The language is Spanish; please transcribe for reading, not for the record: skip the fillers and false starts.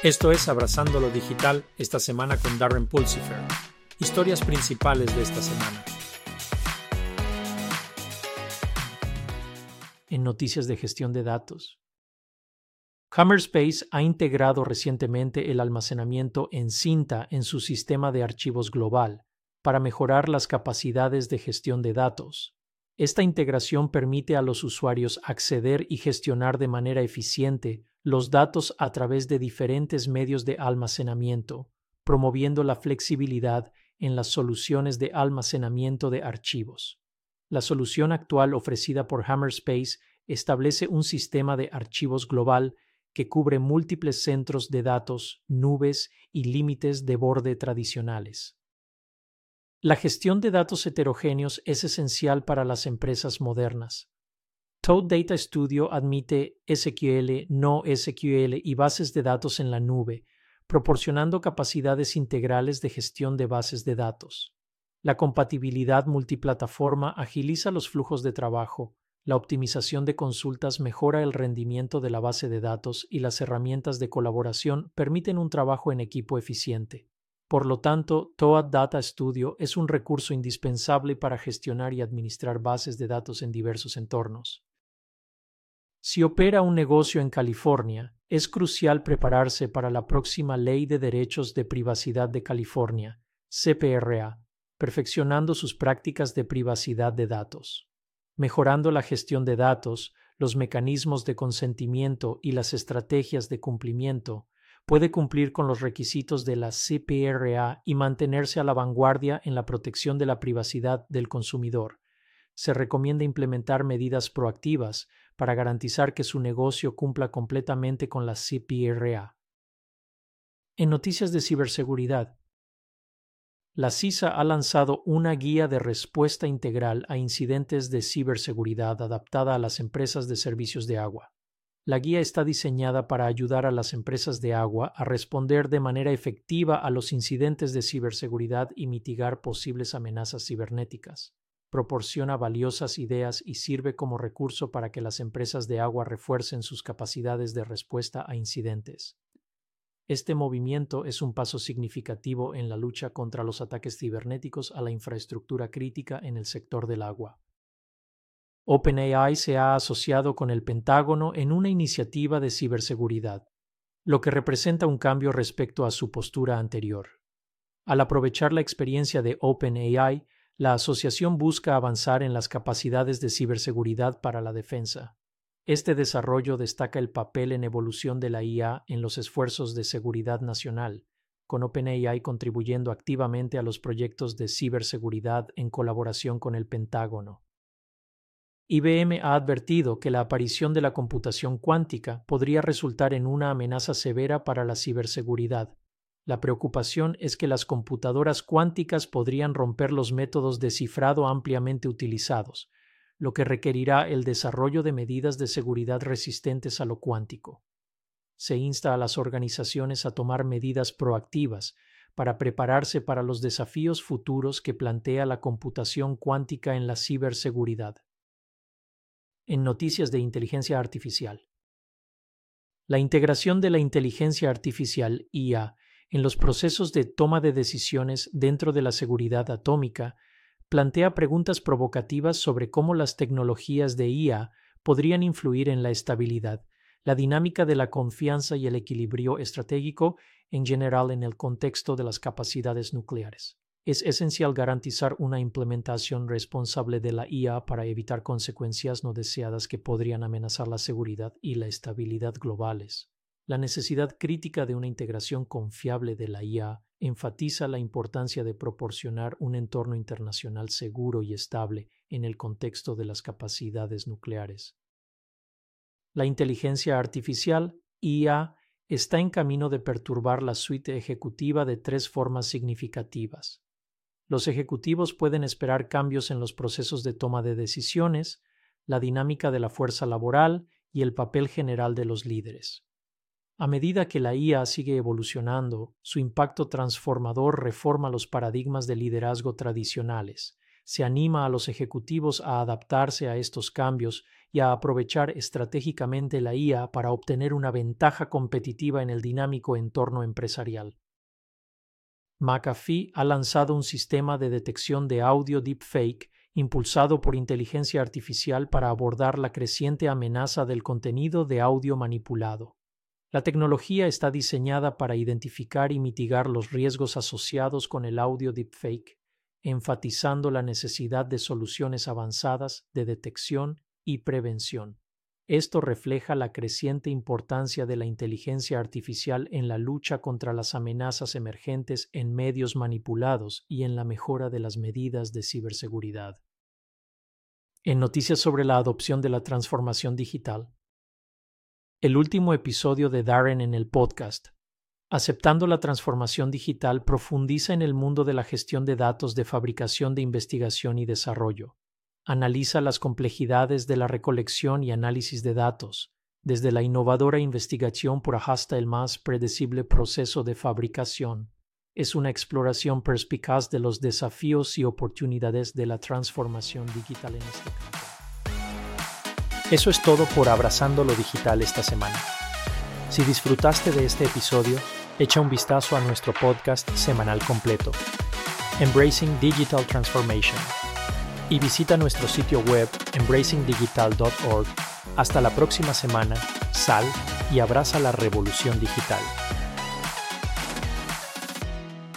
Esto es Abrazando lo Digital, esta semana con Darren Pulsifer. Historias principales de esta semana. En noticias de gestión de datos. Hammerspace ha integrado recientemente el almacenamiento en cinta en su sistema de archivos global para mejorar las capacidades de gestión de datos. Esta integración permite a los usuarios acceder y gestionar de manera eficiente los datos a través de diferentes medios de almacenamiento, promoviendo la flexibilidad en las soluciones de almacenamiento de archivos. La solución actual ofrecida por Hammerspace establece un sistema de archivos global que cubre múltiples centros de datos, nubes y límites de borde tradicionales. La gestión de datos heterogéneos es esencial para las empresas modernas. Toad Data Studio admite SQL, no SQL y bases de datos en la nube, proporcionando capacidades integrales de gestión de bases de datos. La compatibilidad multiplataforma agiliza los flujos de trabajo, la optimización de consultas mejora el rendimiento de la base de datos y las herramientas de colaboración permiten un trabajo en equipo eficiente. Por lo tanto, Toad Data Studio es un recurso indispensable para gestionar y administrar bases de datos en diversos entornos. Si opera un negocio en California, es crucial prepararse para la próxima Ley de Derechos de Privacidad de California, CPRA, perfeccionando sus prácticas de privacidad de datos, mejorando la gestión de datos, los mecanismos de consentimiento y las estrategias de cumplimiento. Puede cumplir con los requisitos de la CPRA y mantenerse a la vanguardia en la protección de la privacidad del consumidor. Se recomienda implementar medidas proactivas para garantizar que su negocio cumpla completamente con la CPRA. En noticias de ciberseguridad, la CISA ha lanzado una guía de respuesta integral a incidentes de ciberseguridad adaptada a las empresas de servicios de agua. La guía está diseñada para ayudar a las empresas de agua a responder de manera efectiva a los incidentes de ciberseguridad y mitigar posibles amenazas cibernéticas. Proporciona valiosas ideas y sirve como recurso para que las empresas de agua refuercen sus capacidades de respuesta a incidentes. Este movimiento es un paso significativo en la lucha contra los ataques cibernéticos a la infraestructura crítica en el sector del agua. OpenAI se ha asociado con el Pentágono en una iniciativa de ciberseguridad, lo que representa un cambio respecto a su postura anterior. Al aprovechar la experiencia de OpenAI, la asociación busca avanzar en las capacidades de ciberseguridad para la defensa. Este desarrollo destaca el papel en evolución de la IA en los esfuerzos de seguridad nacional, con OpenAI contribuyendo activamente a los proyectos de ciberseguridad en colaboración con el Pentágono. IBM ha advertido que la aparición de la computación cuántica podría resultar en una amenaza severa para la ciberseguridad. La preocupación es que las computadoras cuánticas podrían romper los métodos de cifrado ampliamente utilizados, lo que requerirá el desarrollo de medidas de seguridad resistentes a lo cuántico. Se insta a las organizaciones a tomar medidas proactivas para prepararse para los desafíos futuros que plantea la computación cuántica en la ciberseguridad. En noticias de inteligencia artificial. La integración de la inteligencia artificial, IA, en los procesos de toma de decisiones dentro de la seguridad atómica plantea preguntas provocativas sobre cómo las tecnologías de IA podrían influir en la estabilidad, la dinámica de la confianza y el equilibrio estratégico en general en el contexto de las capacidades nucleares. Es esencial garantizar una implementación responsable de la IA para evitar consecuencias no deseadas que podrían amenazar la seguridad y la estabilidad globales. La necesidad crítica de una integración confiable de la IA enfatiza la importancia de proporcionar un entorno internacional seguro y estable en el contexto de las capacidades nucleares. La inteligencia artificial, IA, está en camino de perturbar la suite ejecutiva de tres formas significativas. Los ejecutivos pueden esperar cambios en los procesos de toma de decisiones, la dinámica de la fuerza laboral y el papel general de los líderes. A medida que la IA sigue evolucionando, su impacto transformador reforma los paradigmas de liderazgo tradicionales, se anima a los ejecutivos a adaptarse a estos cambios y a aprovechar estratégicamente la IA para obtener una ventaja competitiva en el dinámico entorno empresarial. McAfee ha lanzado un sistema de detección de audio deepfake impulsado por inteligencia artificial para abordar la creciente amenaza del contenido de audio manipulado. La tecnología está diseñada para identificar y mitigar los riesgos asociados con el audio deepfake, enfatizando la necesidad de soluciones avanzadas de detección y prevención. Esto refleja la creciente importancia de la inteligencia artificial en la lucha contra las amenazas emergentes en medios manipulados y en la mejora de las medidas de ciberseguridad. En noticias sobre la adopción de la transformación digital. El último episodio de Darren en el podcast, Aceptando la transformación digital, profundiza en el mundo de la gestión de datos de fabricación de investigación y desarrollo. Analiza las complejidades de la recolección y análisis de datos, desde la innovadora investigación pura hasta el más predecible proceso de fabricación. Es una exploración perspicaz de los desafíos y oportunidades de la transformación digital en este campo. Eso es todo por Abrazando lo Digital esta semana. Si disfrutaste de este episodio, echa un vistazo a nuestro podcast semanal completo, Embracing Digital Transformation, y visita nuestro sitio web embracingdigital.org. Hasta la próxima semana, sal y abraza la revolución digital.